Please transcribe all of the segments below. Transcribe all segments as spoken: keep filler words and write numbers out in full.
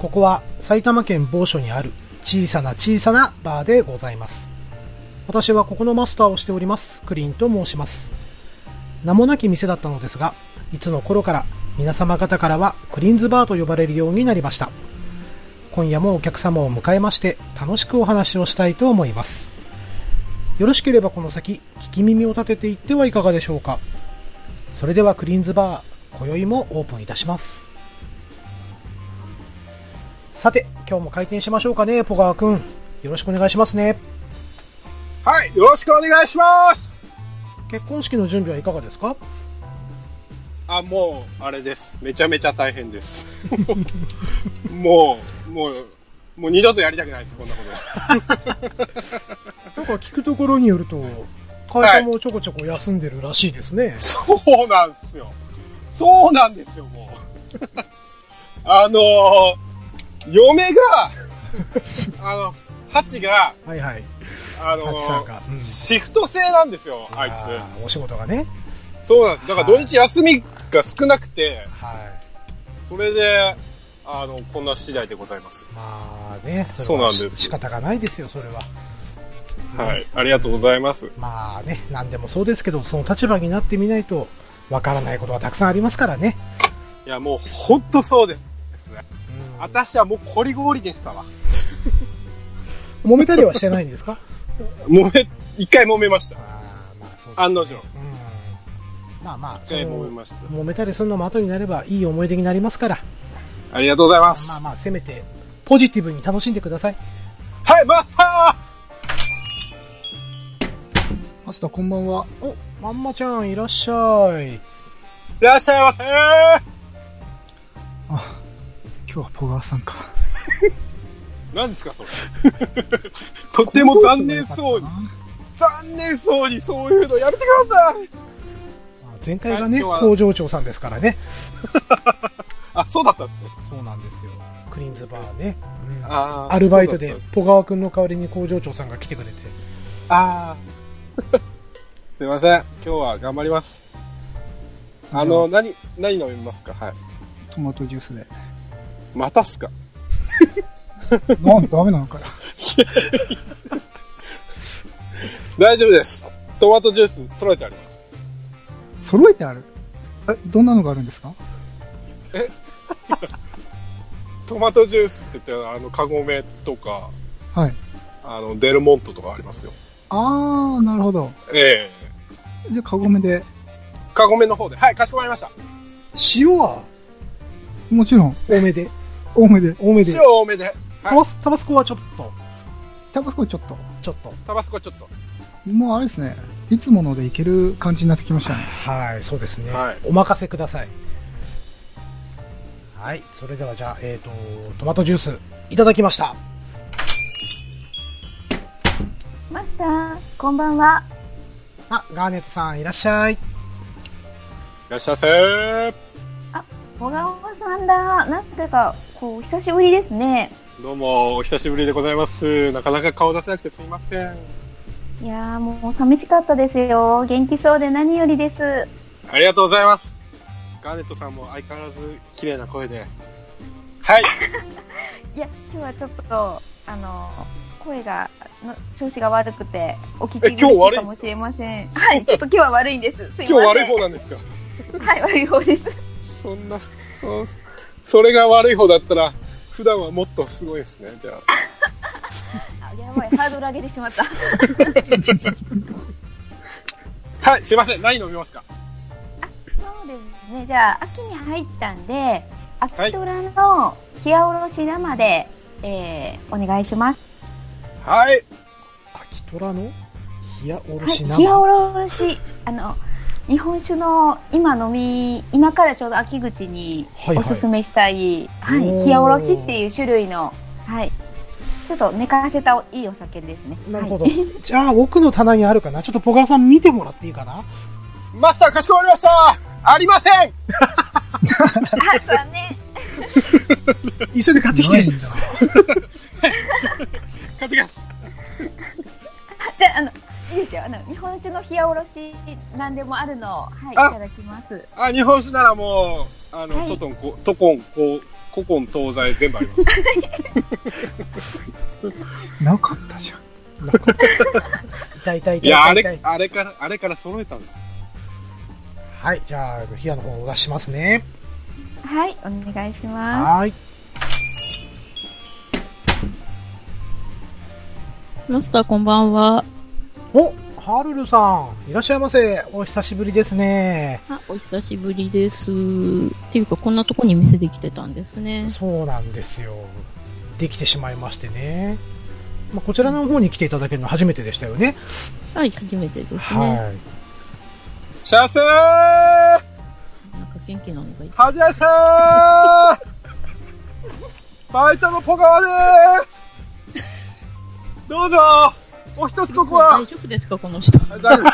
ここは埼玉県某所にある小さな小さなバーでございます。私はここのマスターをしておりますクリーンと申します。名もなき店だったのですが、いつの頃から皆様方からはクリーンズバーと呼ばれるようになりました。今夜もお客様を迎えまして楽しくお話をしたいと思います。よろしければこの先聞き耳を立てていってはいかがでしょうか。それではクリーンズバー、今宵もオープンいたします。さて、今日も開店しましょうかね。ポガーくん、よろしくお願いしますね。 はい、よろしくお願いします。 結婚式の準備はいかがですか？ あ、もうあれです。めちゃめちゃ大変です。もうもうもう二度とやりたくないです、こんなことは。 なんか聞くところによると会社もちょこちょこ休んでるらしいですね。はい、 そうなんですよ。そうなんですよ、もう。あのー、嫁が、あの、ハチが、 はいはい。 あのー、 ハチさんが、 うん、シフト制なんですよ、あいつ。 お仕事がね。 そうなんです。だから土日休みが少なくて、はい。それで、あの、こんな次第でございます。 まあね、 そうなんです。 仕方がないですよ、それは。 はい、ありがとうございます。 まあね、何でもそうですけど、その立場になってみないと、わからないことはたくさんありますからね。 いや、もうほんとそうですね。うん、私はもうこりごりでしたわ。 揉めたりはしてないんですか？ 揉め、一回揉めました。あ、 まあそうですね、 案の定。うん、 まあまあ、 一回揉めました。 揉めたりするのも後になればいい思い出になりますから。 ありがとうございます。 まあまあ、せめて、ポジティブに楽しんでください。 はい、マスター！ マスターこんばんは。 お、まんまちゃんいらっしゃい。 いらっしゃいませー。 あ、今日はポガーさんか。 何ですかそれ。とても残念そうに、残念そうにそういうのやめてください。 前回がね、工場長さんですからね。 あ、そうだったんですね。 そうなんですよ。クリーンズバーね。うん、 あアルバイトでポガワ君の代わりに工場長さんが来てくれて。 ああ。すいません。今日は頑張ります。あの、何、何飲みますか？はい。 トマトジュースで。 またっすか？ なんダメなのかよ。 大丈夫です。トマトジュース揃えてあります。 揃えてある？え、どんなのがあるんですか？ えトマトジュースって言ってあのカゴメとか、 はい、 あのデルモントとかありますよ。 ああ、なるほど。 ええー、じゃあカゴメで。 カゴメの方で、はい、かしこまりました。 塩はもちろん多めで。 多めで。 多めで。 塩多めで。はい、 タバスタバスコはちょっと。 タバスコちょっと。 ちょっと。 タバスコちょっと。 もうあれですね。いつものでいける感じになってきましたね。 はい、そうですね。 はい、 お任せください。はい、それではじゃあ、えっと、トマトジュース、いただきました。 マスター、こんばんは。 あ、ガーネットさん、いらっしゃい。いらっしゃいませー。 あ、小川さんだ。なんていうか、こう、久しぶりですね。 どうも、お久しぶりでございます。なかなか顔出せなくてすみません。 いやー、もう寂しかったですよ。元気そうで何よりです。 ありがとうございます。ガーネットさんも相変わらず綺麗な声で。はい。 いや、今日はちょっと、あの、声が、の調子が悪くて、お聞き苦しいかもしれません。はい、ちょっと今日は悪いんです。すいません。 今日悪い方なんですか？ はい、悪い方です。 そんな、そ、それが悪い方だったら、普段はもっとすごいですね、じゃあ。 あ、やばい、ハードル上げてしまった。 はい、すいません。何飲みますか？ あ、そうですね。じゃあ、秋に入ったんで、秋トラの冷やおろし生で、はい、えー、お願いします。 はい。 秋トラの冷やおろし生、 はい、冷やおろし、あの、日本酒の今飲み、今からちょうど秋口におすすめしたい、はい、はい、冷やおろしっていう種類の、はい、ちょっと寝かせたいいお酒ですね。 なるほど。はい、じゃあ、奥の棚にあるかな？ちょっとポガーさん見てもらっていいかな？ マスター、かしこまりました。ありません。あ、 残念。 一緒に買ってきて。 買ってきます。 じゃあ、あの、いいですよ。あの、日本酒の冷やおろし、なんでもあるのを、はい、いただきます。 あ、日本酒ならもう、あの、はい、トトンこ、トコン、こう、 古今東西全部あります。 なかったじゃん。 痛い痛い痛い痛い痛い。 いや、あれ、あれから、あれから揃えたんです。 はい、じゃあ、ヒヤの方をお出ししますね。 はい、お願いします。 はい。 マスターこんばんは。 お、ハルルさん、いらっしゃいませ。お久しぶりですね。 あ、お久しぶりです。っていうか、こんなとこに店できてたんですね。 そうなんですよ。できてしまいましてね。まあ、こちらの方に来ていただけるの初めてでしたよね。 はい、初めてですね。 はい。 シャスーなんか元気なのがいい。 はじめましてーバイトのポカワでーすどうぞお一つここは大丈夫ですか、この人。 大丈夫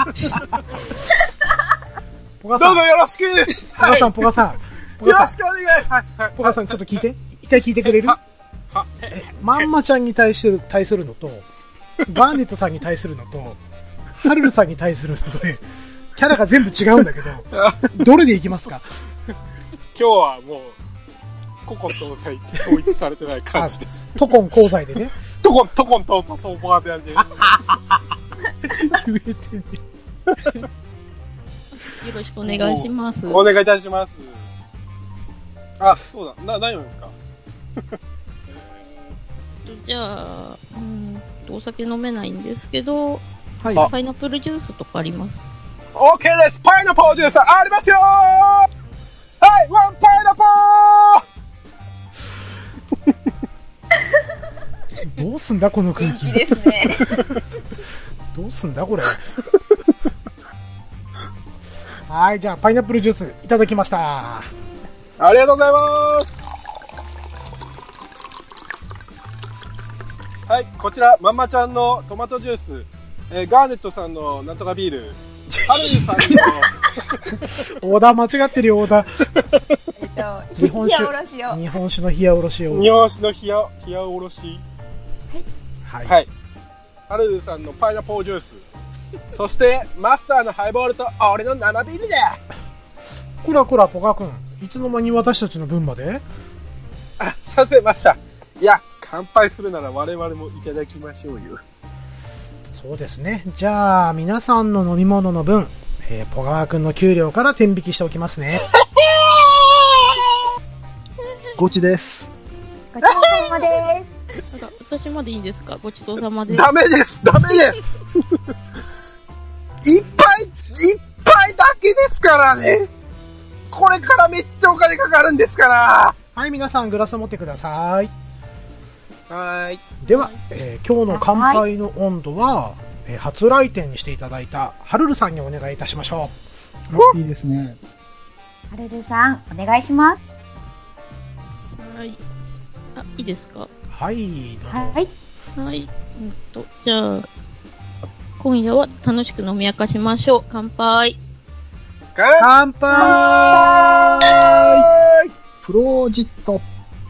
ポカさん。 どうぞよろしくポカさん、ポカさん。 よろしくお願いはい、はい。 ポカさん、ちょっと聞いて。一回聞いてくれるは、は、 え、まんまちゃんに対する、対するのと、ガーネットさんに対するのと、ハルルさんに対するのとで、キャラが全部違うんだけど、どれでいきますか？ 今日はもう、古今東西統一されてない感じで。 トコン功罪でね。 トコン、トコンとトポカでやってる。 言えてね。 よろしくお願いします。 お願いいたします。あ、そうだ。な、何読むんですか？ じゃあ、うんと、お酒飲めないんですけど、 はい。 パイナップルジュースとかあります。 オーケーです。パイナポージュースありますよーはい、ワンパイナポどうすんだこの空気。 元気ですね。 どうすんだこれ。はい、じゃあパイナップルジュースいただきました。 ーありがとうございます。はい、こちら、まんまちゃんのトマトジュース、えー、ガーネットさんのなんとかビール、ハルルさんのオーダー間違ってるよ、オーダー。 えっと、 日本酒冷やおろしを。 日本酒の冷やおろしを。 日本酒の冷や、冷やおろし。 はい。 はい。ハルルさんのパイナポージュース。そして、マスターのハイボールと俺の生ビールだこらこら、ポカ君。いつの間に私たちの分まで？ あ、させました。いや、乾杯するなら我々もいただきましょうよ。 そうですね。じゃあ、皆さんの飲み物の分、えー、ポガワ君の給料から天引きしておきますね。 ゴチです。 ごちそうさまです。 なんか私までいいですか？ごちそうさまです。 ダメですダメですいっぱい、いっぱいだけですからね。これからめっちゃお金かかるんですから。 はい、皆さんグラス持ってください。 はーい。 では、えー今日の乾杯の温度は、えー初来店にしていただいたハルルさんにお願いいたしましょいいですね。 はるるさん、お願いします。 はい。あ、いいですか？ う。はい、どうぞ。 はい。 はい。うんと、じゃあ、今夜は楽しく飲み明かしましょう。乾杯。 乾乾杯プロジット。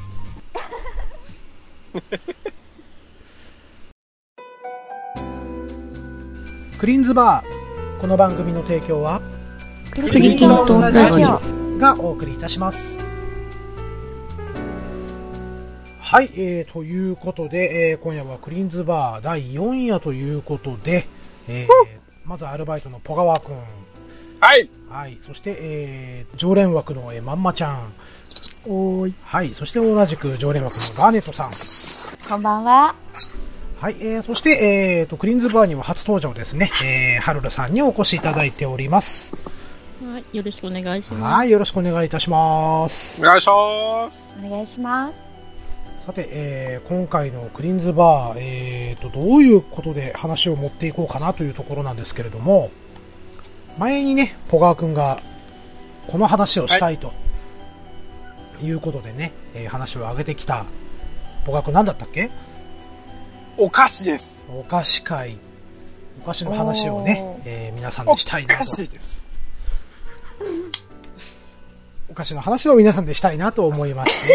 クリーンズバー。この番組の提供は、 クリキントンラジオがお送りいたします。はい、えー、ということで、えー、今夜はクリーンズバーだいよん夜ということで、えー、まずアルバイトのポガワくん。 はい。 はい、そして、えー、常連枠の、えー、まんまちゃん。 おーい。 はい、そして同じく常連枠のガーネットさん。 こんばんは。 はい、えー、そして、えーと、クリーンズバーには初登場ですね、えー、ハルルさんにお越しいただいております。 はい。よろしくお願いします。 はい、よろしくお願いいたします。 お願いします。 お願いします。 さて、えー、今回のクリーンズバー、えーと、どういうことで話を持っていこうかなというところなんですけれども、前にね、ポガーくんが、この話をしたいと、い、うことでね、えー、話を上げてきた、ポガーくん何だったっけ？ お菓子です。 お菓子会。お菓子の話をねおー、 えー、皆さんでしたいなと。 お菓子です。 お菓子の話を皆さんでしたいなと思いまして、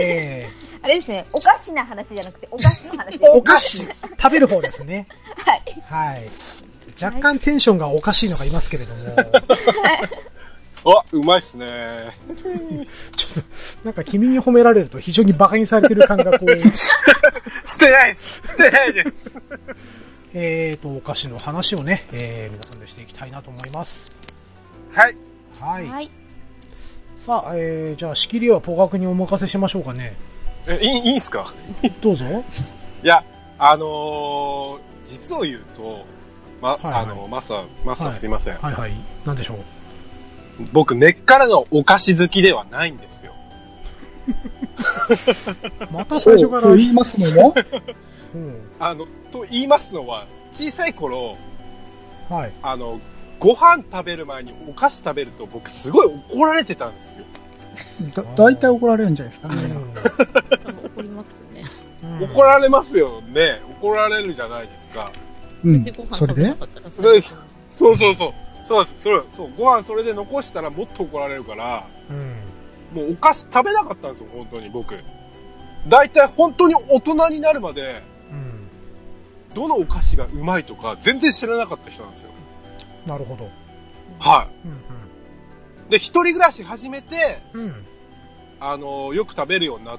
あれですね、おかしな話じゃなくて、お菓子の話です。 お菓子、食べる方ですね。 はい。 はい。若干テンションがおかしいのがいますけれども、 あ、うまいっすね。 ちょっと、なんか君に褒められると非常に馬鹿にされてる感がこう。 してないです。してないです。 えーと、お菓子の話をね、えー、皆さんでしていきたいなと思います。 はい。 はい。 はい。 さあ、えー、じゃあ仕切りはポガクにお任せしましょうかね。 え、いい、いいんすか？ どうぞ。 いや、あのー、実を言うと、ま、はいはい、あの、マサ、マサすいません。 はい、はい、はい。なんでしょう。 僕、根っからのお菓子好きではないんですよ。 また最初から。 と言いますのはうん、あの、と言いますのは、小さい頃、 はい。 あの、ご飯食べる前にお菓子食べると僕すごい怒られてたんですよ。 だ、だいたい怒られるんじゃないですかね。 怒りますね。 怒られますよね。怒られるじゃないですか。 うん。それでそうです。そうそうそう。そうです。それ、そう。ご飯それで残したらもっと怒られるから、うん、もうお菓子食べなかったんですよ、本当に僕。だいたい本当に大人になるまで、うん、どのお菓子がうまいとか全然知らなかった人なんですよ。 なるほど。 はい。うんうん、で、一人暮らし始めて、うん、あの、よく食べるようになって、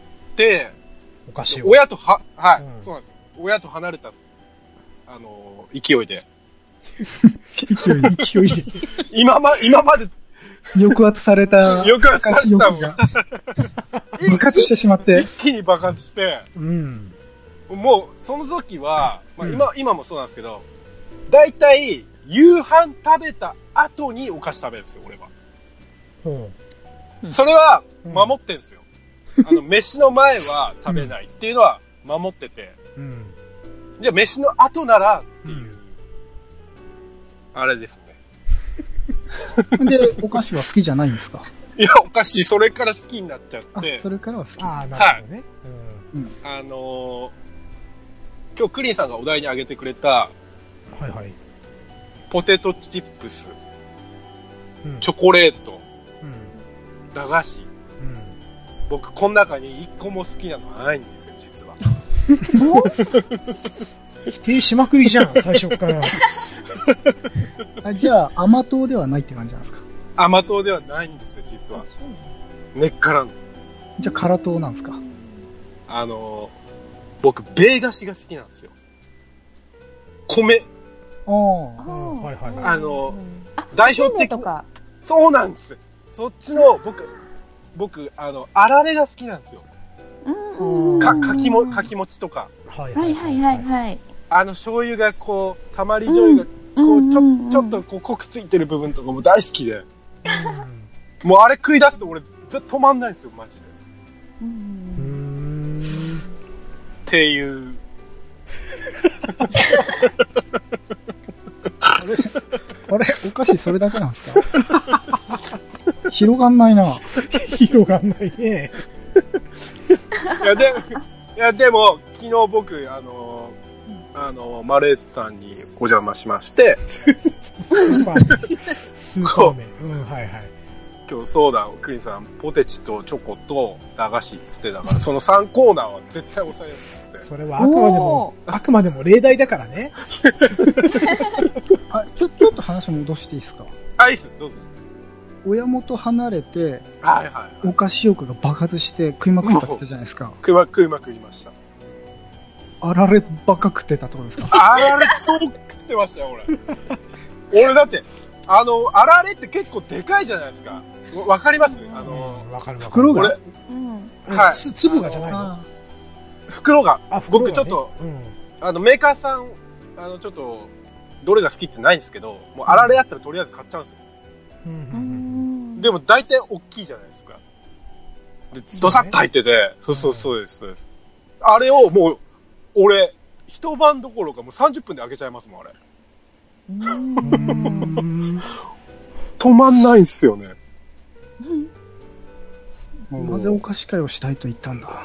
お菓子を。 親とは、はい、 うん、 そうなんですよ。親と離れた、あの、勢いで。 勢い、 勢いで。 今ま、今まで、 抑圧された、 抑圧されたもんが、 爆発してしまって。 一気に爆発して、うん、もう、その時は、まあ今、うん、今もそうなんですけど、だいたい、夕飯食べた後にお菓子食べるんですよ、俺は。うん、それは、守ってんですよ。うん、あの、飯の前は食べないっていうのは守ってて、うん、じゃあ飯の後ならっていう、うん、あれですね。で、お菓子は好きじゃないんですか？ いや、お菓子、それから好きになっちゃって。 それからは好き。 ああ、なるほどね。はい。 うん。あのー、今日クリンさんがお題に挙げてくれた、 はいはい。 ポテトチップス、うん、チョコレート、うん、駄菓子、うん、僕、この中に一個も好きなのはないんですよ、実は。 否定しまくりじゃん、最初から。 あ、じゃあ、甘党ではないって感じなんですか？ 甘党ではないんですよ、実は。根っからの。 じゃあ、辛党なんですか？ あの、僕、米菓子が好きなんですよ。米。 ああ、 はいはい。 あの、代表的な。そうなんです。そっちの、僕、僕、あの、あられが好きなんですよ。か、かきも、かきもちとか。 はいはいはいはい。 あの、醤油がこう、たまり醤油が、こう、ちょ、ちょっとこう、濃くついてる部分とかも大好きで。もうあれ食い出すと俺、ずっと止まんないんですよ、マジで。うーん。っていう。 あれあれお菓子それだけなんですか？広がんないな。 広がんないね。 いや、で、いや、でも、昨日僕、あの、あの、マレーツさんにお邪魔しまして、スーパー麺。スーパー麺。うん、はいはい。 今日そうだ、クリンさん、ポテチとチョコと駄菓子っつってたから、そのさんコーナーは絶対抑えようって。 それはあくまでも、あくまでも例題だからね。 あ、ちょ、ちょっと話戻していいですか？ あ、いいっす、どうぞ。 親元離れて、 はいはいはい、 お菓子欲が爆発して食いまくったって言ったじゃないですか。 食いま、食いまくりました。 あらればっか食ってたってことですか？ あられ超食ってましたよ、俺。俺だって、あの、あられって結構でかいじゃないですか。わかります？あの、 わかるわかる。 袋が、 うん、はい。つ、粒がじゃないの？ 袋が。 あ、袋がね、 僕ちょっと、うん、あの、メーカーさん、あの、ちょっと、どれが好きってないんですけど、もうあられあったらとりあえず買っちゃうんですよ。うん、でも大体大きいじゃないですか。で、ドサッと入ってて、そうそうそうです、そうです。あれをもう、俺、一晩どころかもうさんじゅっぷんで開けちゃいますもん、あれ。うーん止まんないんすよね。 なぜお菓子会をしたいと言ったんだ。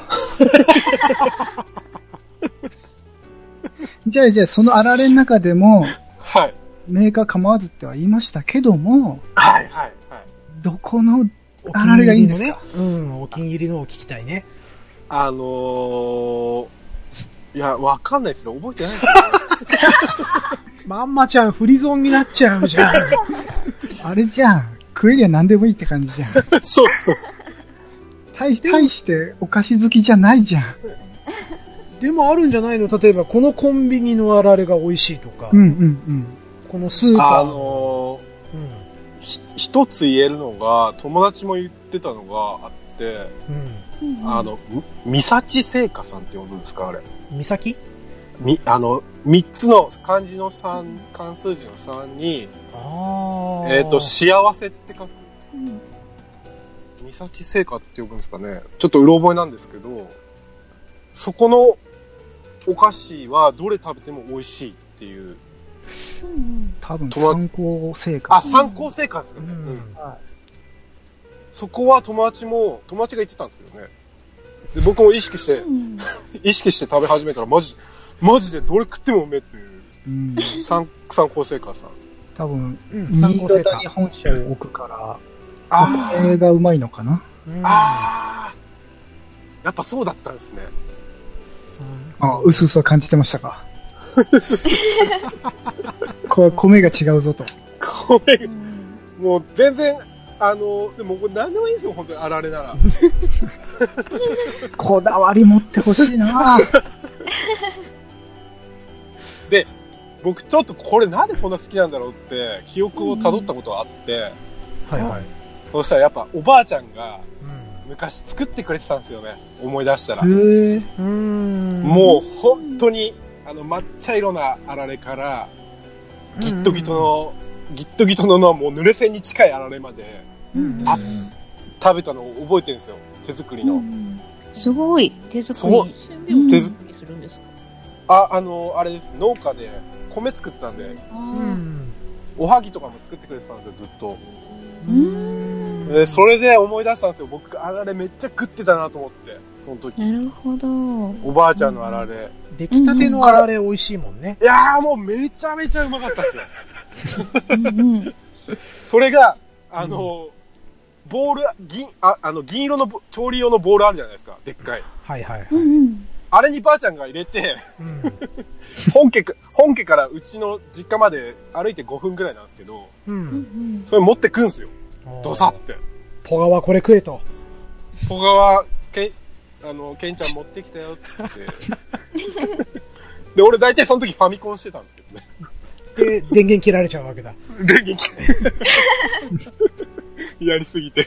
じゃあじゃあそのあられの中でも、 はい。 メーカー構わずっては言いましたけども、 はいはいはい。 どこのあられがいいんですか？ うん、お気に入りのを聞きたいね。 あのー、いや、わかんないですよ。覚えてないですよ。 まんまちゃん、フリゾンになっちゃうじゃん。 あれじゃん。 食えりゃ何でもいいって感じじゃん。 そうそうそう。 大し、大してお菓子好きじゃないじゃん。 でもあるんじゃないの？例えば、このコンビニのあられが美味しいとか、 うんうんうん。 このスーパー。 あのー、 うん、 ひ一つ言えるのが、友達も言ってたのがあって、 うん、 あの、みさち製菓さんって呼ぶんですか、あれ。 みさき？ み、あの、三つの漢字の三、漢数字の三に、 あえっ、ー、と、幸せって書く。 うん、 みさち製菓って呼ぶんですかね。ちょっとうろ覚えなんですけど、そこのお菓子はどれ食べても美味しいっていう。 多分、参考製菓。 あ、参考製菓ですかね。うんうん、はい。そこは友達も、友達が言ってたんですけどね。で、僕も意識して、うん、意識して食べ始めたら、マジ、マジでどれ食ってもうめえっていう。うん。参考製菓さん。 多分、新潟に本社を置くから、 ああれがうまいのかな。 うん、ああ。やっぱそうだったんですね。 あ、うすうすは感じてましたか。これ米が違うぞと。 米が、もう全然、あの、でも何でもいいんですよ、本当にあられなら。 こだわり持ってほしいなで、僕ちょっとこれなんでこんな好きなんだろうって、記憶を辿ったことがあって、 うん、はいはい。 そうしたらやっぱおばあちゃんが、昔作ってくれてたんですよね、思い出したら。 へー。 うーん。 もう本当に、あの抹茶色なあられから、ギットギトの、ギットギトののもう濡れ線に近いあられまで、あ食べたのを覚えてるんですよ、手作りの。うん、 すごい、手作り。 手作りするんですか？ あ、あの、あれです、農家で米作ってたんで、うん、おはぎとかも作ってくれてたんですよ、ずっと。 うーん。 で、それで思い出したんですよ。僕、あられめっちゃ食ってたなと思って、その時。 なるほど。 おばあちゃんのあられ。 出来たてのあられ美味しいもんね。 いやーもうめちゃめちゃうまかったっすよ。 うんうん、 それが、あの、うん、ボール、銀、あ、あの、銀色の調理用のボールあるじゃないですか。でっかい。 はいはいはい。 うんうん、 あれにばあちゃんが入れて、うん、本家、本家からうちの実家まで歩いてごふんぐらいなんですけど、うん、それ持ってくんすよ。ドサって。 ポガはこれ食えと。 ポガは、けあの、ケンちゃん持ってきたよって言って。で、俺大体その時ファミコンしてたんですけどね。 で、電源切られちゃうわけだ。 電源切られやりすぎて。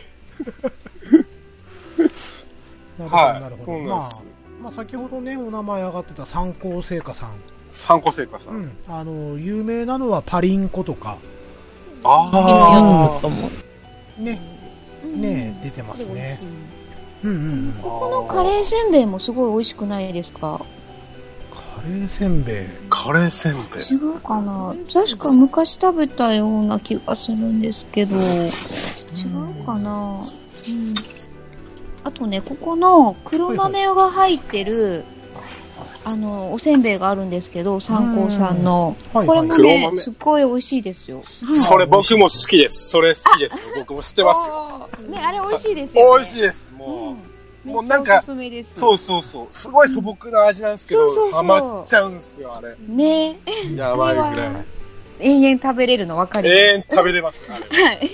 はい、なるほど。 そうなんです。 まあ、まあ、先ほどね、お名前上がってた参考製菓さん。 参考製菓さん。 うん。あの、有名なのはパリンコとか。 ああ。 ね。ね出てますね。うんうんうん。 ここのカレーせんべいもすごい美味しくないですか？ カレーせんべい。 カレーせんべい。 違うかな？確か昔食べたような気がするんですけど、違うかな？うん。あとね、ここの黒豆が入ってる、あの、おせんべいがあるんですけど、三幸さんの。これもね、すっごい美味しいですよ。 それ僕も好きです。それ好きです。僕も知ってますよ。 ね、あれ美味しいですよね。 美味しいです。もう、もうなんか、そうそうそう。すごい素朴な味なんですけど、ハマっちゃうんすよ、あれ。 ねやばいぐらい。 延々食べれるの分かります。 永遠食べれます、あれ。はい。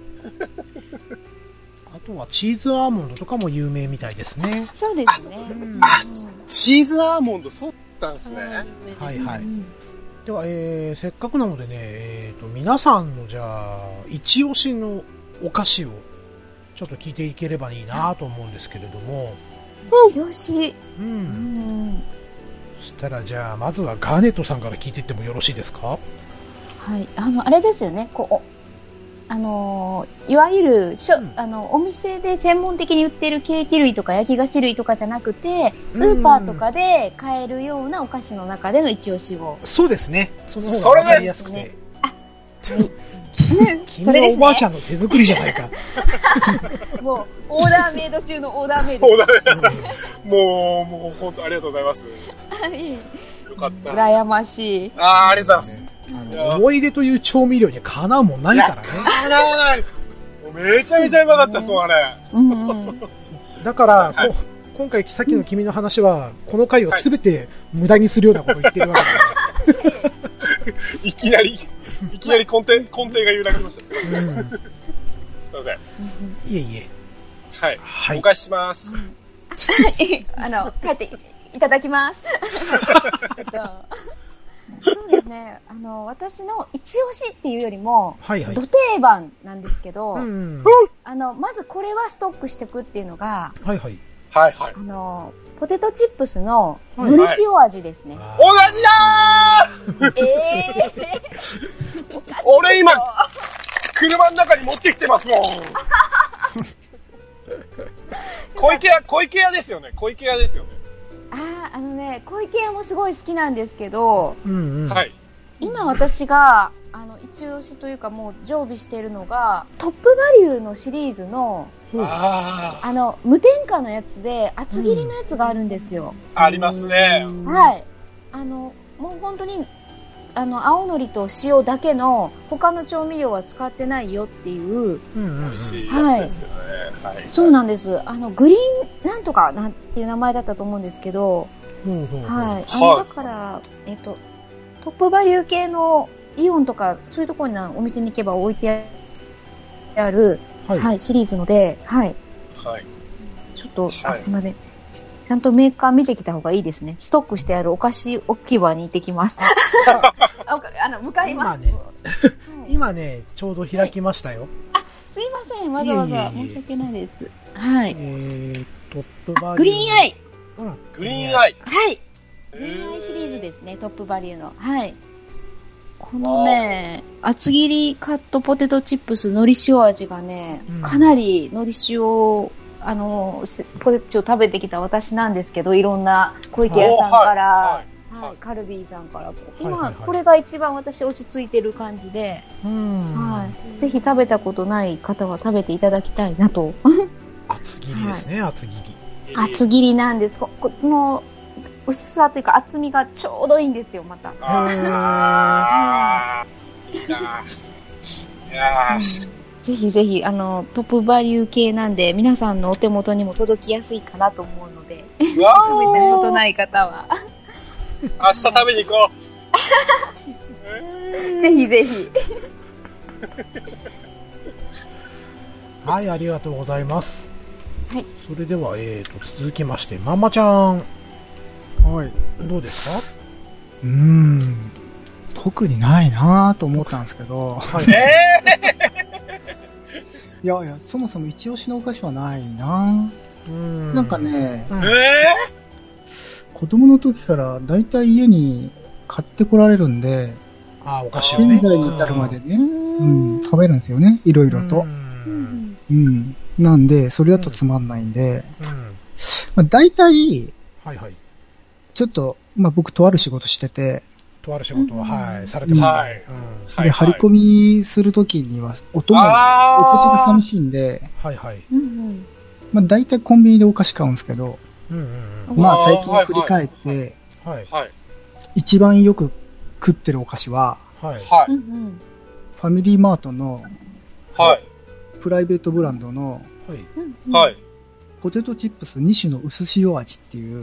あとはチーズアーモンドとかも有名みたいですね。 そうですね。 あ、チーズアーモンド、そうだったんですね。 はいはい。では、えー、せっかくなのでね、えーと、皆さんのじゃあ、一押しのお菓子をちょっと聞いていければいいなと思うんですけれども。 一押し。 うん。うん。そしたらじゃあ、まずはガーネットさんから聞いていってもよろしいですか？ はい。あの、あれですよね。こう、あのいわゆるしょ、うん、あのお店で専門的に売ってるケーキ類とか焼き菓子類とかじゃなくてスーパーとかで買えるようなお菓子の中での一押しを。 そうですね。その方が分かりやすくて。あ、はい、君はおばあちゃんの手作りじゃないか。 もうオーダーメイド中のオーダーメイド。 オーダーメイド。もうもう本当ありがとうございます。 はい。 よかった。 羨ましい。 ああ、ありがとうございます。 あの思い出という調味料にはかなうもんないからね。 かなわない。めちゃめちゃうまかった、そうあれ。 うんうん、 だから、はい、今回さっきの君の話は、この回をすべて無駄にするようなことを言ってるわけだ、ね。 いきなり、いきなり根底、根底が揺らぎました。うん、 すいません。 いえいえ。 はい。 はい。 お返しします。 あの、帰っていただきます。えっと、そうですね。あの、私の一押しっていうよりも、 はいはい。 ど定番なんですけど、 うん、 あの、まずこれはストックしていくっていうのが、 はいはい。 はいはい。 あの、ポテトチップスののり塩味ですね。 はいはい、同じだーえー、俺今、車の中に持ってきてますもん。小池屋、小池屋ですよね。小池屋ですよね。 ああ、あのね、小池屋もすごい好きなんですけど、 うんうん、 はい。 今私が、あの、一押しというかもう常備しているのが、トップバリューのシリーズの、ああの、無添加のやつで、厚切りのやつがあるんですよ。 うん、ありますね。 はい。あの、もう本当に、あの、青のりと塩だけの、他の調味料は使ってないよっていう。 美味しいやつですよね。はい。はい、 そうなんです。あの、グリーンなんとかなんていう名前だったと思うんですけど、はい。あの、だから、えっと、トップバリュー系のイオンとか、そういうところにお店に行けば置いてある、はい、はい、シリーズので、はい。はい。ちょっと、はい、あ、すいません。ちゃんとメーカー見てきた方がいいですね。ストックしてあるお菓子置き場に行ってきます。あの、向かいます。 今ね、今ね、ちょうど開きましたよ。 あ、すいません。わざわざ申し訳ないです。はい。 えー、トップバリュー。 グリーンアイ。 うん。グリーンアイ。 はい。グリーンアイシリーズですね。トップバリューの。はい。このね、厚切りカットポテトチップスのり塩味がね、うん、かなりのり塩、あの、ポテトを食べてきた私なんですけど、いろんな小池屋さんから、はいはいはい、カルビーさんから、今、はいはいはい、これが一番私落ち着いてる感じで、はい、ぜひ食べたことない方は食べていただきたいなと。 厚切りですね、はい、厚切り。 厚切りなんです。この薄さというか厚みがちょうどいいんですよ、また。あー、いいな。いやー。ぜひぜひ、あの、トップバリュー系なんで、皆さんのお手元にも届きやすいかなと思うので、食べたことない方は。 明日食べに行こう。ぜひぜひ。 はい、ありがとうございます。 はい。 それでは、えーと、続きまして、まんまちゃん。 はい。 どうですか？ うーん。特にないなぁと思ったんですけど。はい。いやいや、そもそも一押しのお菓子はないなぁ。うん。なんかね、 うん、えー、子供の時からだいたい家に買ってこられるんで、 あ、お菓子をね。 現在に至るまでね、うん、食べるんですよね、いろいろと。うん。うん。なんで、それだとつまんないんで、うん。まあ、だいたい、はいはい。ちょっと、まあ僕とある仕事してて、 とある仕事は、はい、されてます。はい。 うん。で、張り込みするときには、音も、お口が寂しいんで、はいはい。まあ大体コンビニでお菓子買うんですけど、うんうん、まあ最近振り返って、はい。一番よく食ってるお菓子は、はい。ファミリーマートの、はい。プライベートブランドの、はい。はい。ポテトチップスに種の薄塩味っていう、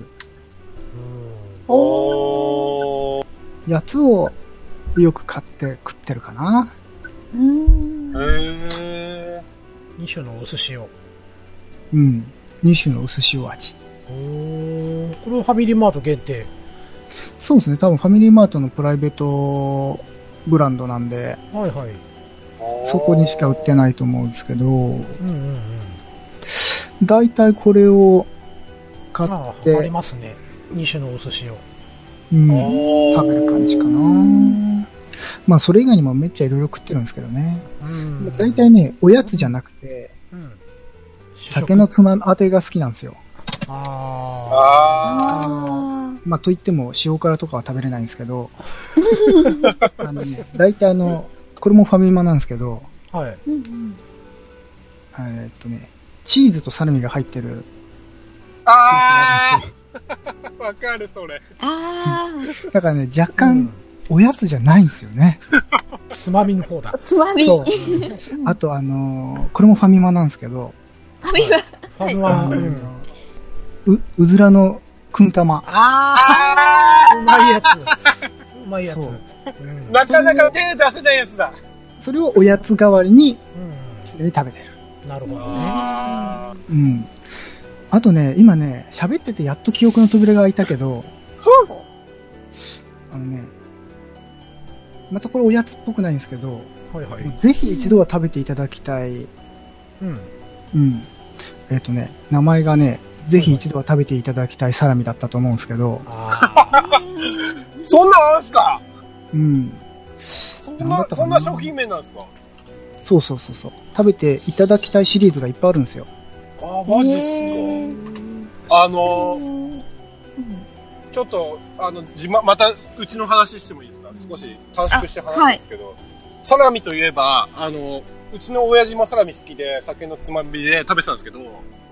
おー。やつをよく買って食ってるかな。うーん。 へー。に種の薄塩。 うん。に種の薄塩味。 おー。これはファミリーマート限定？ そうですね。多分ファミリーマートのプライベートブランドなんで。はいはい。そこにしか売ってないと思うんですけど。うんうんうん。だいたいこれを買って。 あ、ありますね。に種のお寿司を。 うん。食べる感じかな。まあ、それ以外にもめっちゃいろいろ食ってるんですけどね。うん。だいたいね、おやつじゃなくて、うん、酒のつまみ当てが好きなんですよ。ああ。まあ、といっても塩辛とかは食べれないんですけど、あのね、だいたいあの、これもファミマなんですけど、はい。えっとね、チーズとサルミが入ってる。 ああわかる、それ。 ああ。だからね、若干、おやつじゃないんですよね。 つまみの方だ。 つまみ。そう。 あと、あのー、これもファミマなんですけど。 ファミマ。ファミマ。 う、うずらのくん玉。 ああうまいやつ。うまいやつ。 なかなか手出せないやつだ。 それをおやつ代わりに、うん、食べてる。 なるほどね。 うん。あとね、今ね、喋っててやっと記憶の扉が開いたけど、あのね、またこれおやつっぽくないんですけど、はいはい、ぜひ一度は食べていただきたい。うん。うん。えっとね、名前がね、ぜひ一度は食べていただきたいサラミだったと思うんですけど。 そんなんあんすか？ うん。 そんな、そんな商品名なんですか？ そうそうそうそう。食べていただきたいシリーズがいっぱいあるんですよ。 あ、マジっすか？あのー、ちょっと、あの、じま、また、うちの話してもいいですか？少し短縮して話すんですけど、はい、サラミといえば、あの、うちの親父もサラミ好きで、酒のつまみで食べてたんですけど、うん、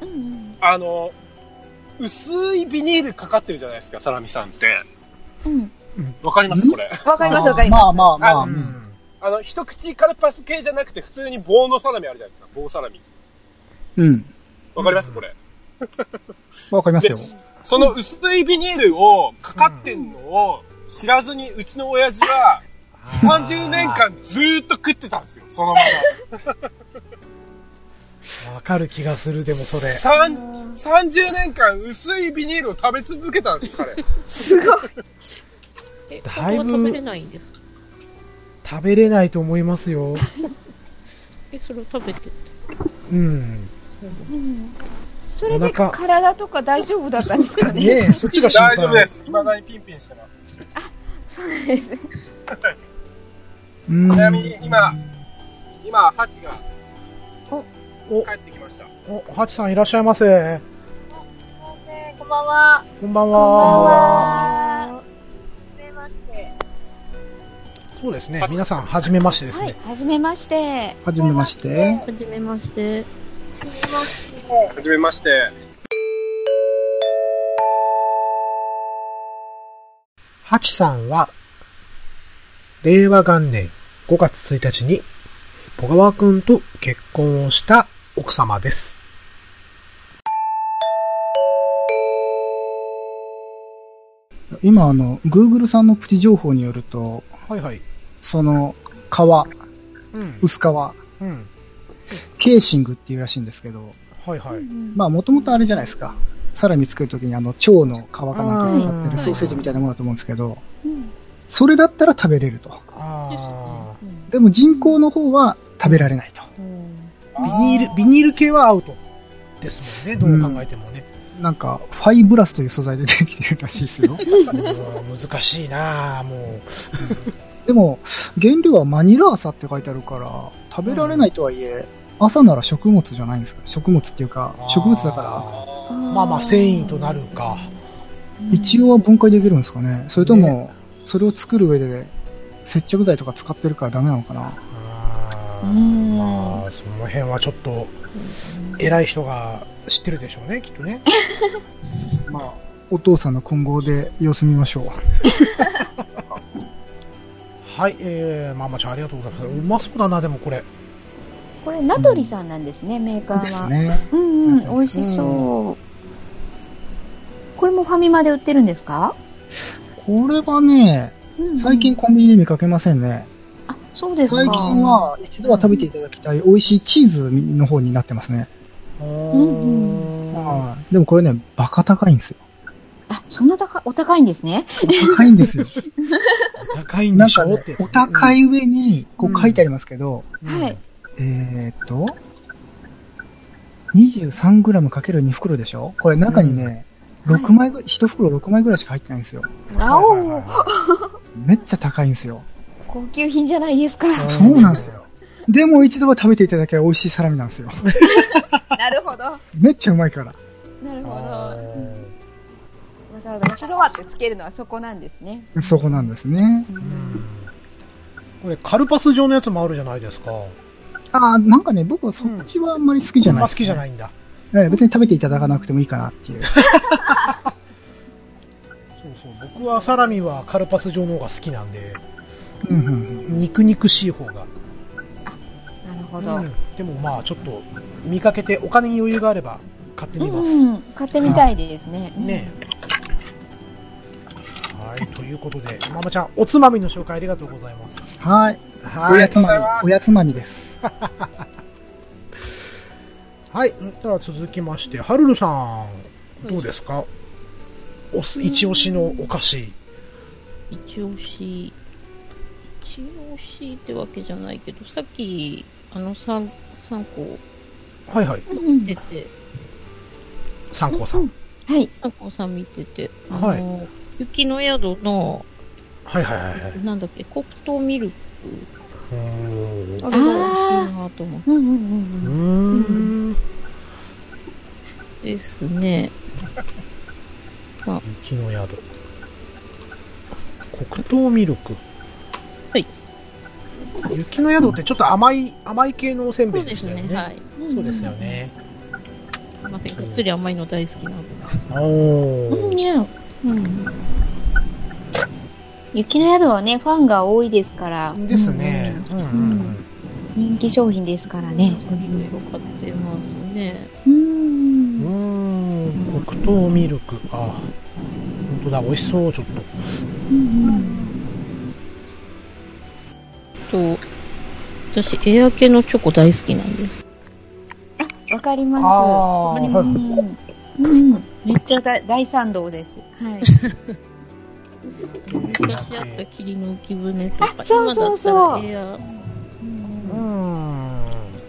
あの、薄いビニールかかってるじゃないですか、サラミさんって。うん。わかりますこれ。 わかりますわかります。 まあまあまあ。 あの、うん、あの一口カルパス系じゃなくて、普通に棒のサラミあるじゃないですか、棒サラミ。 うん。 わかりますこれ。 わかりますよ。 その薄いビニールをかかってんのを知らずに、うちの親父はさんじゅうねんかんずーっと食ってたんですよ、そのまま。わかる気がする、でもそれ。 さんじゅうねんかん薄いビニールを食べ続けたんですよ、彼。 すごい。 え、だいぶ食べれないんですか？ 食べれないと思いますよ。 え、それを食べてって。 うん。 うん、それで体とか大丈夫だったんですかね？ ねえ、そっちが心配。 大丈夫です。未だにピンピンしてます。 あ、そうなんですね。 ちなみに今、今、ハチが帰ってきました。 お、ハチさんいらっしゃいませ。 すみません、こんばんは。 こんばんは。 こんばんは。はじめまして。 そうですね。皆さん、はじめましてですね。 はい、はじめまして。 はじめまして。 はじめまして。 はじめまして。 はじめまして。 ハチさんは、令和元年ごがつついたちに、ポガワくんと結婚をした奥様です。 今、あの、Google さんのプチ情報によると、 はいはい。 その、皮、うん、薄皮、うん、ケーシングっていうらしいんですけど、 はいはい。 まあ、もともとあれじゃないですか。サラミ作るときにあの、蝶の皮かなんかかかってるソーセージみたいなものだと思うんですけど、それだったら食べれると。あでも人工の方は食べられないと。 ビニール、ビニール系はアウトですもんね、どう考えてもね。 うん、なんか、ファイブラスという素材でできてるらしいですよ。 難しいなぁ、もう。 でも、原料はマニラ朝って書いてあるから、食べられないとはいえ、うん、朝なら食物じゃないんですか？食物っていうか、植物だから。 まあまあ、繊維となるか。 一応は分解できるんですかね？それとも、ね、それを作る上で、接着剤とか使ってるからダメなのかな？ あまあ、その辺はちょっと、偉い人が知ってるでしょうね、きっとね。 まあ、お父さんの今後で様子見ましょう。 はい、えー、ママちゃんありがとうございます。うまそうだな、でもこれ。 これ、ナトリさんなんですね、うん、メーカーは。 ですね。 うんうん、美味しそう。うん、これもファミマで売ってるんですか？ これはね、うんうん、最近コンビニで見かけませんね。 あ、そうですか。 最近は一度は食べていただきたい美味しいチーズの方になってますね。うんうん、でもこれね、バカ高いんですよ。 あ、そんな高い、お高いんですね。 お高いんですよ。 お高いんでしょうって、 ね。お高い上に、こう書いてありますけど、 うん、はい。 えーっと、にじゅうさんグラムかけるに 袋でしょ？これ中にね、うん、ろくまいぐらい、いち袋ろくまいぐらいしか入ってないんですよ。 あおめっちゃ高いんですよ。 高級品じゃないですか。 そうなんですよ。でも一度は食べていただけば美味しいサラミなんですよ。 なるほど。 めっちゃうまいから。 なるほど。わざわざ一度はってつけるのはそこなんですね。 そこなんですね。うん、 これカルパス状のやつもあるじゃないですか。 ああ、なんかね、僕はそっちはあんまり好きじゃない、ね。 あんま好きじゃないんだ。 ええ、別に食べていただかなくてもいいかなっていう。そうそう、僕はサラミはカルパス状の方が好きなんで、 うんうんうん、 肉肉しい方が。 あ、なるほど、うん。 でもまあちょっと見かけてお金に余裕があれば買ってみます。 うんうん、買ってみたいですね。 ねえ。はい、ということで、ママちゃん、おつまみの紹介ありがとうございます。 はい。はい。おやつまみ、おやつまみです。 はい。では続きまして、はるるさん、どうですか？おす、一押しのお菓子。 一押し、一押しってわけじゃないけど、さっき、あの、三、三個。 はいはい。 見てて。 三個さん。 はい。 三個さん見てて。 はい。 雪の宿の、 はいはいはいはい。 なんだっけ、黒糖ミルク。 うーん。 あれが美味しいなと思って。うんうんうん。ですね。 あ、雪の宿。黒糖ミルク。 はい。 雪の宿ってちょっと甘い、甘い系のおせんべいでしたよね。 そうですね。はい。 そうですよね。 すみません、がっつり甘いの大好きなの。 おー。 うん。雪の宿はね、ファンが多いですから。 ですね。うんうんうん。 人気商品ですからね。 いろいろ買ってますね。 うん。 うん。黒糖ミルク。あ、本当だ、美味しそう、ちょっと。 うんうん。と、私、エア系のチョコ大好きなんです。 あ、わかります。 わかります。 うん。めっちゃ大賛同です。はい。 昔あった霧の浮き船とか、 そうそうそう。 エア。 うん。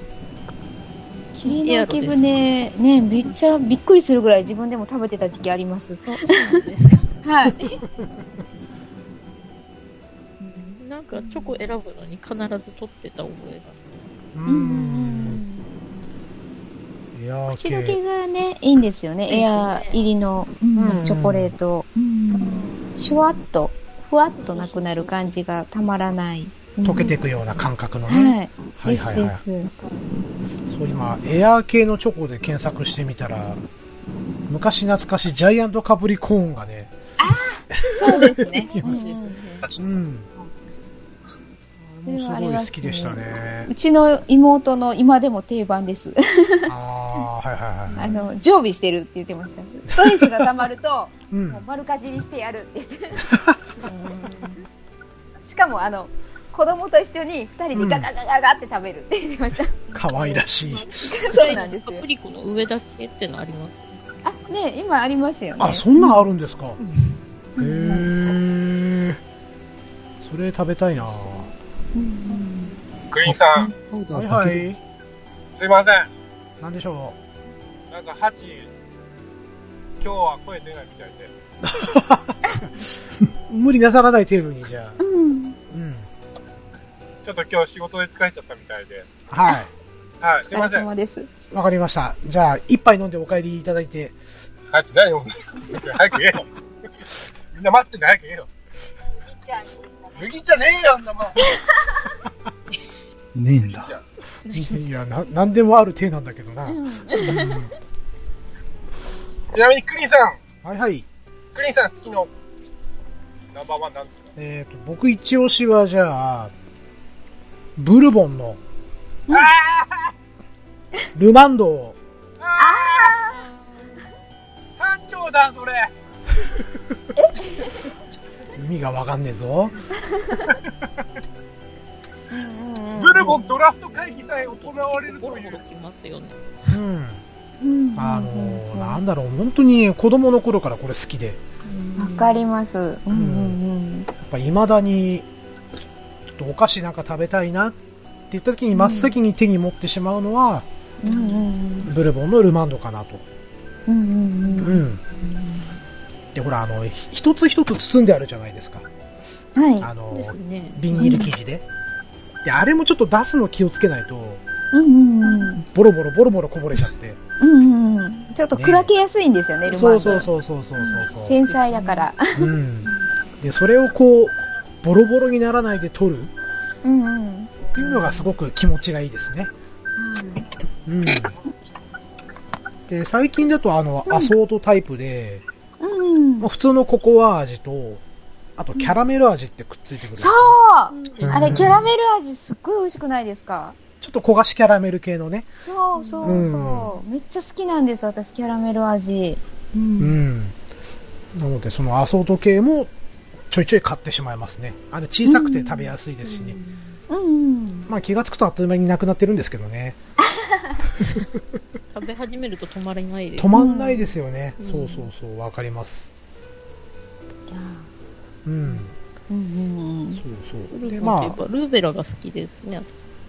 霧の浮き船、ね、めっちゃびっくりするぐらい自分でも食べてた時期あります。はい。 なんかチョコ選ぶのに必ず取ってた覚えが。うん。エア口どけがね、いいんですよね。エア入りの、うん、チョコレート。うん、シュワッと、ふわっとなくなる感じがたまらない。 溶けていくような感覚のね。 はい。はいはいはい。 そう今、エアー系のチョコで検索してみたら、昔懐かしいジャイアントカプリコーンがね。 ああそうですね。 うん。すごい好きでしたね。 うちの妹の今でも定番です。 ああ、はいはいはい。 あの、常備してるって言ってました。ストレスが溜まると、うん、もう丸かじりしてやるって言って。しかも、あの、子供と一緒に二人でガガガガガって食べるって言ってました。 可愛らしい。 そうなんですよ。 カプリコの上だけってのありますあ、ね、今ありますよね。 あ、そんなんあるんですか。へえ。それ食べたいな。 クリーンさん。 はいはい。 すいません。 なんでしょう。なんかハチ、今日は声出ないみたいで。無理なさらない程度にじゃあ。うん。うん。 ちょっと今日仕事で疲れちゃったみたいで。 はい。 はい、すいません。 お疲れ様です。 わかりました。じゃあ、一杯飲んでお帰りいただいて。 ハチ、何飲んで早く言えよ。みんな待ってんだ、早く言えよ。麦茶ねえよ、あんなもん。 ねえんだ。 いや、な、なんでもある体なんだけどな。うん、 ちなみにクリーンさん。 はいはい。 クリーンさん好きのナンバーワンなんですか？ えっと、僕一押しはじゃあ、ブルボンの、 あルマンドを。 ああ班長だ、それ。 意味がわかんねえぞ。 ブルボンドラフト会議さえ行われるという。 きますよね。 うん。あのー、なんだろう、本当に子供の頃からこれ好きで。 わかります。うんうんうん。 やっぱ未だに、ちょっとお菓子なんか食べたいなって言った時に真っ先に手に持ってしまうのは、 うんうんうん、 ブルボンのルマンドかなと。 うんうんうん。うん。 で、ほら、あの、一つ一つ包んであるじゃないですか。 はい。 あの、ね、ビニール生地で。で、あれもちょっと出すの気をつけないと、 うんうんうん。 ボロボロボロボロこぼれちゃって。 うんうんうん。ちょっと砕けやすいんですよね、ね、ルマンド。 そうそうそうそうそうそう。 繊細だから。 うん。で、それをこう、ボロボロにならないで取る。 うんうん。 っていうのがすごく気持ちがいいですね。うん。うん。で、最近だとあの、うん、アソートタイプで、 うん。 まあ、普通のココア味と、あとキャラメル味ってくっついてくる、ね。 そう、うん、あれキャラメル味すっごい美味しくないですか？ ちょっと焦がしキャラメル系のね。 そうそうそう。うん、めっちゃ好きなんです、私、キャラメル味。 うん。うん、なので、そのアソート系もちょいちょい買ってしまいますね。あれ小さくて食べやすいですしね。 うん。うん、 まあ気がつくとあっという間になくなってるんですけどね。 食食べ始めると止まれないです。 止まんないですよね。うん、そうそうそう、わかります。うん。うんうんうん。そうそう。 で、まあ、ルーベラが好きですね。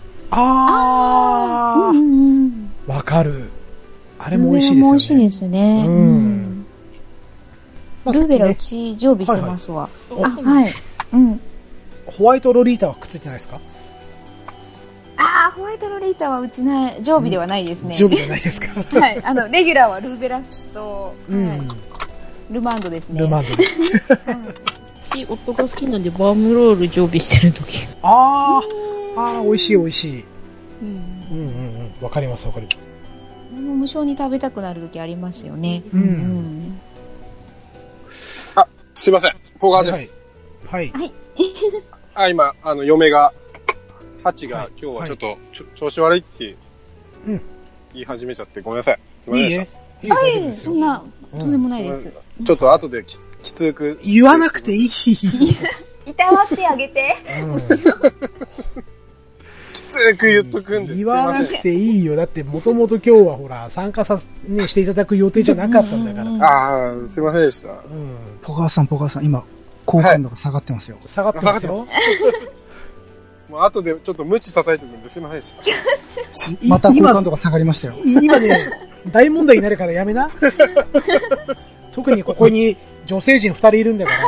あー、わかる。あれも美味しいですよね。 美味しいですね。うん。ルーベラうち常備してますわ。あ、はい。うん。 ホワイトロリータはくっついてないですか？ ああ、ホワイトロリータはうちない、常備ではないですね。 常備ではないですか？ はい。あの、レギュラーはルーベラと、うん、はい、ルマンドですね。 ルマンドです。 私、夫が好きなんでバームロール常備してるとき。 ああ、ああ、美味しい美味しい。うん。うんうんうん。わかりますわかります。 無償に食べたくなるときありますよね。うん。うん、 あ、すいません。ポガーです。 はい。はい。 あ、今、あの、嫁が、ハチが今日はちょっと、はい、調子悪いって言い始めちゃってごめんなさい。ごめんなさい。 いいえ、いいそんな、とんでもないです。 うん、ちょっと後でききつく。 言わなくていい。 いたわってあげて。うん、きつく言っとくんで。 言わなくていいよ。だってもともと今日はほら、参加さ、ね、していただく予定じゃなかったんだから。 ああ、すいませんでした。うん。 ポカーさん、ポカーさん、今、好感度が下がってますよ。 下がってますよ。 もう後でちょっとムチ叩いてくんですいませんでした。 また好感度が下がりましたよ。 今ね、大問題になるからやめな。特にここに女性陣二人いるんだから。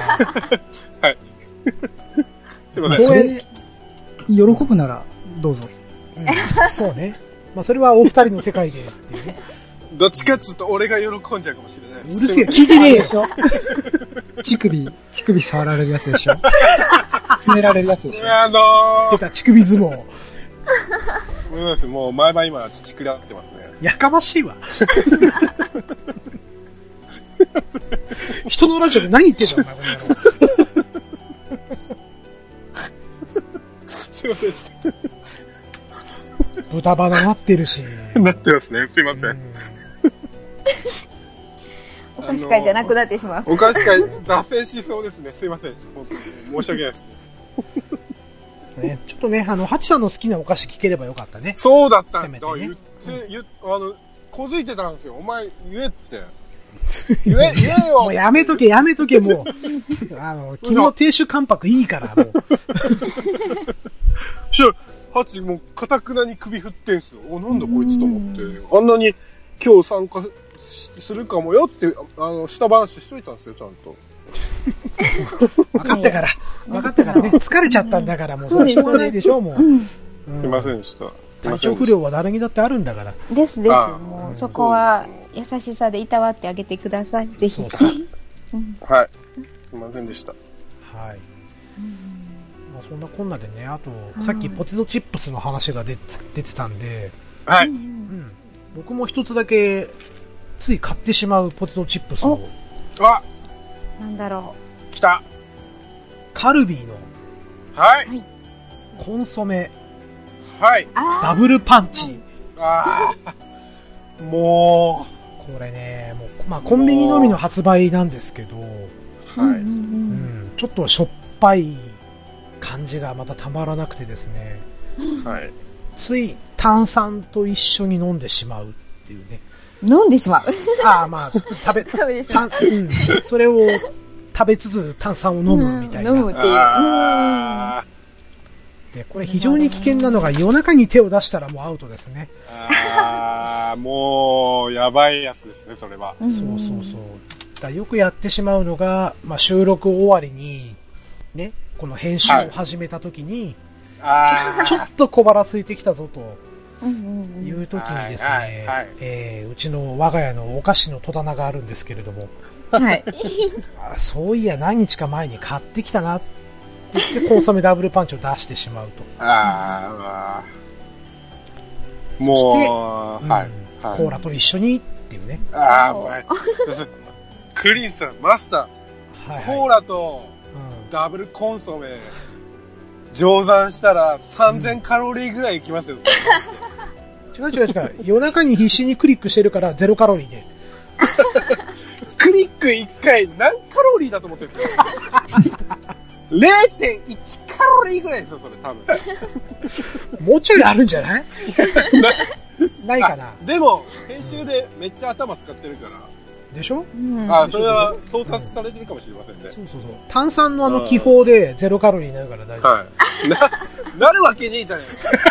はい。すいません。 喜ぶならどうぞ。 うん、そうね。まあそれはお二人の世界でっていうね。 どっちかっつうと俺が喜んじゃうかもしれない。 うるせえ、聞いてねえよ。 乳首、乳首触られるやつでしょ。詰められるやつでしょ。 あのー、 出た、乳首相撲。 ごめんなさい、もう前々今、乳くらってますね。 やかましいわ。人のラジオで何言ってんだ、お前、この野郎。 すいませんでした。 豚バナなってるし。 なってますね、すいません。 お菓子会じゃなくなってしまう。 お菓子会、脱線しそうですね。すいません。本当に申し訳ないです。 ね、ちょっとね、あの、ハチさんの好きなお菓子聞ければよかったね。 そうだったんですよ。ね、言って、言あの、こづいてたんですよ。お前、言えって。言え、言えよ。 もうやめとけ、やめとけ、もう。あの、昨日亭主関白いいから、もう。 しゅ、ハチもう、かたくなに首振ってんすよ。お、なんだこいつと思って。あんなに今日参加するかもよって、あの、下話しといたんですよ、ちゃんと。 分かったから。分かったからね。疲れちゃったんだから、もう。しょうがないでしょ、もう。うん、 すいませんでした。 体調不良は誰にだってあるんだから。 ですです。もう、そこは、優しさでいたわってあげてください。ぜひ。そうそううん、はい。すいませんでした。 はい。まあ、そんなこんなでね、あと、さっきポテトチップスの話が出て、出てたんで、 はい。 うん。僕も一つだけ、つい買ってしまうポテトチップスを。 あなんだろう。来た。 カルビーの。 はい。 コンソメ。 はい。 ダブルパンチ。 ああ。もう。これね、もう、まあ、コンビニのみの発売なんですけど。はい。 うん。 ちょっとしょっぱい感じがまたたまらなくてですね。 はい。 つい炭酸と一緒に飲んでしまうっていうね。 飲んでしまう。 ああ、まあ、食べ、 食べてしまう。 うん。それを食べつつ炭酸を飲むみたいな。 飲むっていう。 で、これ非常に危険なのが夜中に手を出したらもうアウトですね。 ああ、もう、やばいやつですね、それは。 そうそうそう。だよくやってしまうのが、まあ収録終わりに、ね、この編集を始めた時に、はい、ちょっと小腹空いてきたぞと。いう時にですね、はいはい、えー、うちの我が家のお菓子の戸棚があるんですけれども、 はい、 あそういや何日か前に買ってきたなって言ってコンソメダブルパンチを出してしまうと。 ああ、もう、 うんはいはい、コーラと一緒にっていうね。 ああ、もう、クリーンさん、マスター、はいはい、コーラとダブルコンソメ、乗算したらさんぜんカロリーぐらいいきますよ、 うん、違う違う違う。夜中に必死にクリックしてるからゼロカロリーで。 クリックいっかい何カロリーだと思ってるんですか ?れいてんいち カロリーぐらいですよ、それ多分。 もうちょいあるんじゃないないかな。 でも、編集でめっちゃ頭使ってるから。 でしょ、 うん、あ、それは操作されてるかもしれませんね。うん、 そうそうそう。炭酸のあの気泡でゼロカロリーになるから大丈夫。はい。 な、なるわけねえじゃないですか。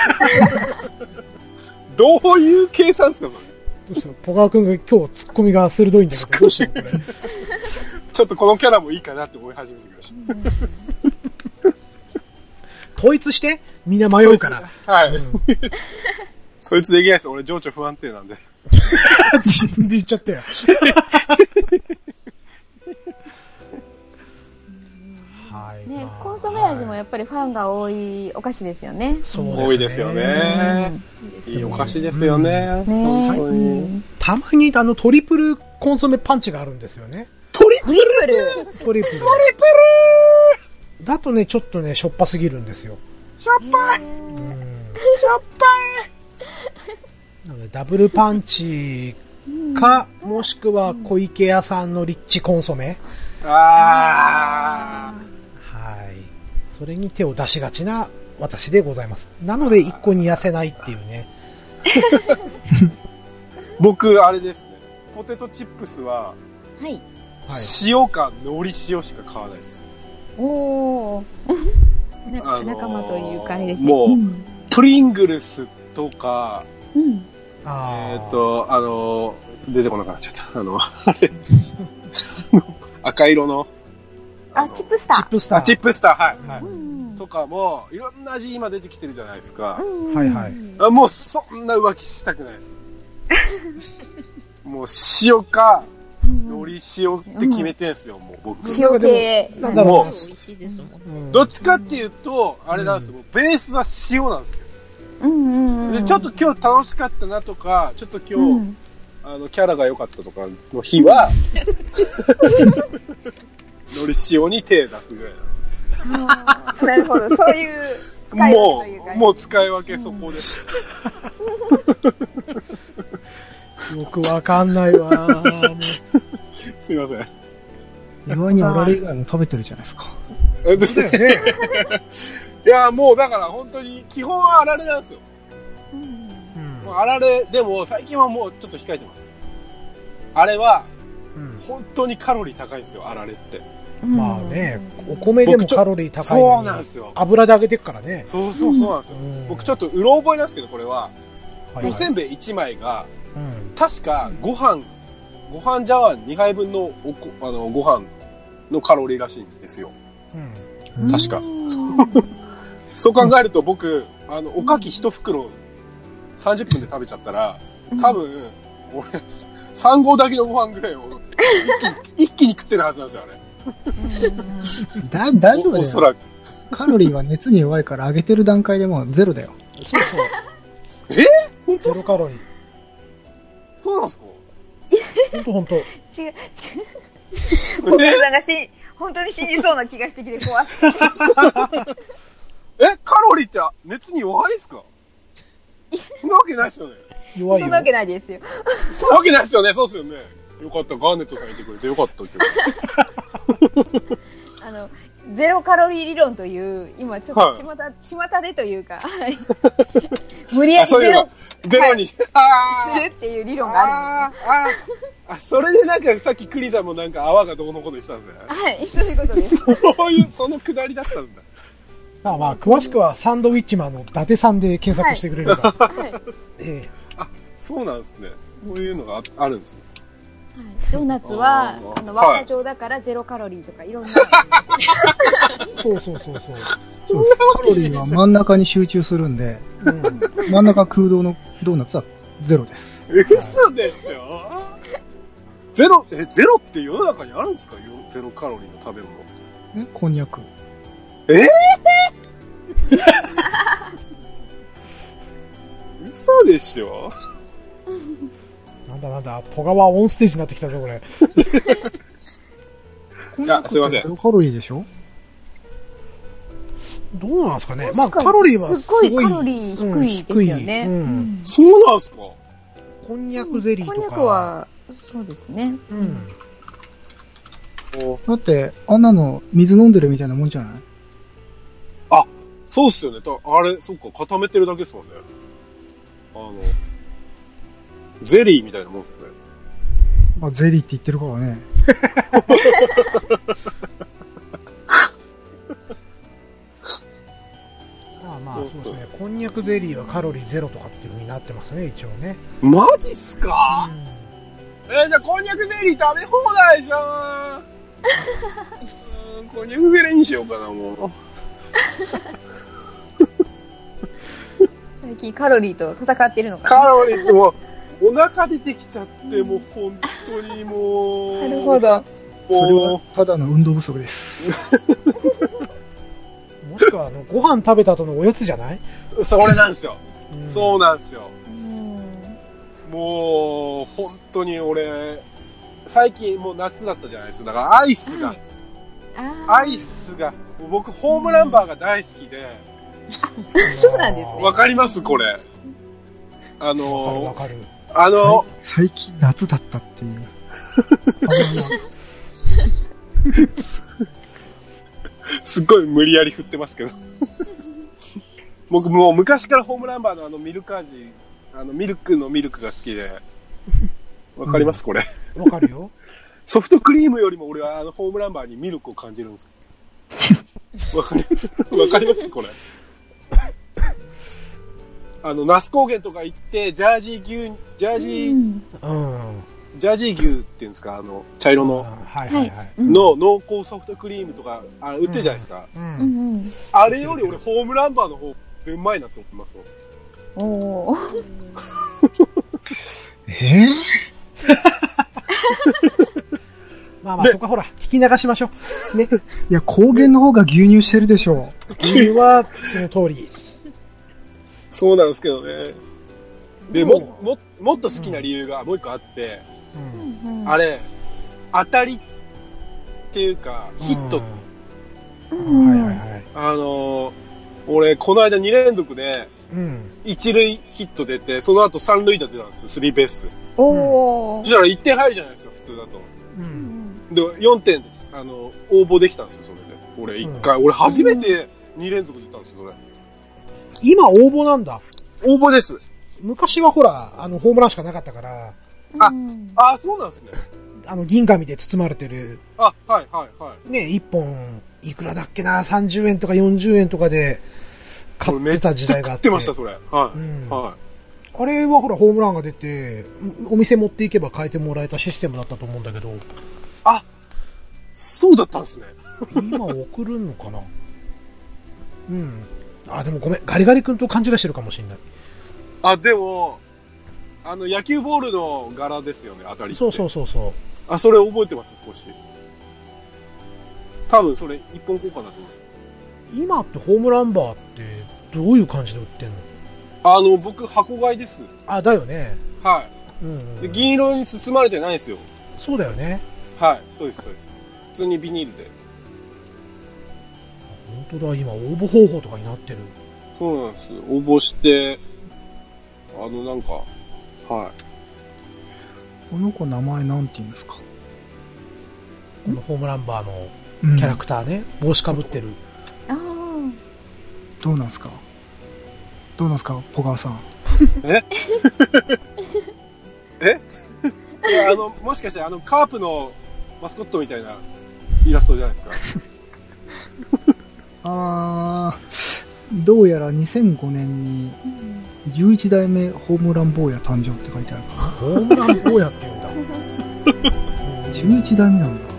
どういう計算ですか、それ。 どうしたの？ポカワ君が今日ツッコミが鋭いんだけど、どうしたのこれ。 ちょっとこのキャラもいいかなって思い始めてきました。 統一してみんな迷うから。 はい。うん、統一できないです。俺情緒不安定なんで。 自分で言っちゃったよ。 はい。ね、コンソメ味もやっぱりファンが多いお菓子ですよね。 そうですね。多いですよね。いいお菓子ですよね。ね、 うん、たまにあのトリプルコンソメパンチがあるんですよね。 トリプルトリプルトリプルだとね、ちょっとね、しょっぱすぎるんですよ。 しょっぱい、うん、しょっぱいなのでダブルパンチか、もしくは小池屋さんのリッチコンソメ。 あー。はい。それに手を出しがちな私でございます。なので一個に痩せないっていうね。 僕、あれですね。ポテトチップスは、 はい。 塩か海苔塩しか買わないです。 おー。な仲間という感じですね。 もう、うん、プリングルスとか、 うん、 えっと、あの、出てこなくなっちゃった。あの、あれ。赤色の。 あ、チップスター。 チップスター。 チップスター、はい。はい、うん、とかも、いろんな味今出てきてるじゃないですか。 うん、はいはい。 あ、もうそんな浮気したくないです。もう塩か、海苔塩って決めてんすよ、うん、もう僕。 塩系。 なんだろう。美味しいですもん。 どっちかっていうと、あれなんですよ、うん、ベースは塩なんですよ。 うんうんうん、 でちょっと今日楽しかったなとか、ちょっと今日、うん、あの、キャラが良かったとかの日は、海苔塩に手出すぐらいなんですよ。 あなるほど、そういう使い分けというか、 もう、もう使い分けそこです。 うん、よくわかんないわすいません。 意外にあられ以外も食べてるじゃないですか。 え、ですよね。いや、もうだから本当に、基本はあられなんですよ。うん。もうあられ、でも最近はもうちょっと控えてます。あれは、うん、本当にカロリー高いんですよ、あられって。 まあね、お米でもカロリー高いのに。 そうなんですよ。 油で揚げてくからね。 そうそうそうなんですよ。うん、僕ちょっとうろ覚えなんですけど、これは。はいはい、おせんべいいちまいが、うん、確かご飯、ご飯茶碗にはいぶんのおこあのご飯のカロリーらしいんですよ。うん、確か。そう考えると僕、あの、おかき一袋さんじゅっぷんで食べちゃったら、多分、俺、さん合だけのご飯ぐらいを一気に、一気に食ってるはずなんですよ、あれ。 だ、大丈夫だよ。 おそらく。 カロリーは熱に弱いから上げてる段階でもうゼロだよ。 そうそう。 え本当ゼロカロリー。 そうなんですかほんとほんと。違う、違う。 小林さんがし、本当に信じそうな気がしてきて怖い。 え、カロリーって熱に弱いですかそんなわけないですよね。 弱いよ。 そんなわけないですよ。 そんなわけないですよね。そうですよね。よかった。ガーネットさんいてくれてよかったけど。 あの、ゼロカロリー理論という、今ちょっとちまた、はい、ちまたでというか、はい、無理やりゼロ、 ゼロに、 はい、するっていう理論があるんですよ。 ああ、あ、それでなんかさっきクリさんもなんか泡がどうのこうの言ってたんですね。 はい、そういうことです。 そういう、そのくだりだったんだ。 まあまあ、詳しくはサンドウィッチマンの伊達さんで検索してくれれば。はい。 ええ。あ、そうなんですね。こういうのが あ, あるんですね。 はい、ドーナツは、あの、綿状だからゼロカロリーとかいろんな。 そうそうそうそう。 カロリーは真ん中に集中するんで、うん、真ん中空洞のドーナツはゼロです。 嘘でしょゼロ、え、ゼロって世の中にあるんですかゼロカロリーの食べ物。 え、こんにゃく。 えぇ、ー、嘘でしょなんだなんだ、ポガワオンステージになってきたぞ、これ。 いや、すいません。 ゼロカロリーでしょどうなんですかね。まあ、カロリーはすごい。すごいカロリー低いですよね。 うんうん、そうなんすかこんにゃくゼリーとか。 こんにゃくは、そうですね。うん。 だって、あんなの水飲んでるみたいなもんじゃない？ あ、そうっすよね。あれ、そっか、固めてるだけですもんね。あの、 ゼリーみたいなもんですね。 まあ、ゼリーって言ってるからね。 まあまあ、そうですね。こんにゃくゼリーはカロリーゼロとかっていう風になってますね、一応ね。 マジっすか、うん、えー、じゃあこんにゃくゼリー食べ放題じゃん。うん、こんにゃくゼリーにしようかな、もう。 最近カロリーと戦ってるのかな。 カロリーともお腹出てきちゃって、もう本当にもう。 なるほど。 それはただの運動不足です。 もしくはあのご飯食べた後のおやつじゃない？ それなんですよ。うん、そうなんですよ。うん、もう本当に俺最近もう夏だったじゃないですか。だからアイスが、はい、アイスが僕ホームランバーが大好きで。 そうなんですね。 わかりますこれ。あのー、 わかるわかる。 あのー、 最近夏だったっていう。 すっごい無理やり振ってますけど。僕もう昔からホームランバーのあのミルク味、あのミルクのミルクが好きで。わかります、うん、これ。 わかるよ。 ソフトクリームよりも俺はあのホームランバーにミルクを感じるんです。わかり、わかりますこれ。あの、那須高原とか行って、ジャージー牛、ジャージー、うん、ジャージー牛っていうんですか、あの、茶色の、 はいはいはい。 の濃厚ソフトクリームとか、あ売ってるじゃないですか。うんうん、あれより俺、ホームランバーの方、うまいなと思いますよ。 おー。 えぇまあまあ、そこはほら、聞き流しましょう。ね。 いや、高原の方が牛乳してるでしょう。牛乳は、その通り。 そうなんですけどね。で、も、も、もっと好きな理由がもう一個あって、うん、あれ、当たりっていうか、ヒット。 うん、はいはいはい。 あのー、俺、この間に連続で、一塁ヒット出て、その後三塁打出たんですよ、スリーベース。 おー。 そしたらいってん入るじゃないですか、普通だと。うん、で、よんてん、あの、応募できたんですよ、それで。俺一回、うん、俺初めてに連続出たんですよ、それ。 今応募なんだ。 応募です。 昔はほら、あの、ホームランしかなかったから。 あ、あ、そうなんですね。 あの、銀紙で包まれてる。 あ、はいはいはい。 ね、一本、いくらだっけな、さんじゅうえんとかよんじゅうえんとかで買ってた時代があって。 めっちゃ食ってました、それ。はい。うん、はい。 あれはほら、ホームランが出て、お店持っていけば変えてもらえたシステムだったと思うんだけど。 あ、そうだったんですね。 今送るのかな。うん。あ、でもごめん、ガリガリ君と勘違いしてるかもしれない。 あ、でも、あの、野球ボールの柄ですよね、当たりって。 そうそうそうそう。 あ、それ覚えてます、少し。多分それ一本交換だと思う。 今ってホームランバーってどういう感じで売ってんの？ あの、僕、箱買いです。 あ、だよね。 はい。うんうん、で銀色に包まれてないんですよ。 そうだよね。 はい、そうです、そうです。普通にビニールで。 本当だ、今応募方法とかになってる。 そうなんです。応募して、あの、なんか、はい。 この子名前なんて言うんですか？ このホームランバーのキャラクターね。うん、帽子かぶってる。 ああ。 どうなんすか？どうなんすか、小川さん。 ええいや、あの、もしかしてあの、カープのマスコットみたいなイラストじゃないですか。 あー、どうやらにせんごねんにじゅういちだいめホームラン坊や誕生って書いてある。 ホームラン坊やって言うんだ。 じゅういちだいめなんだ。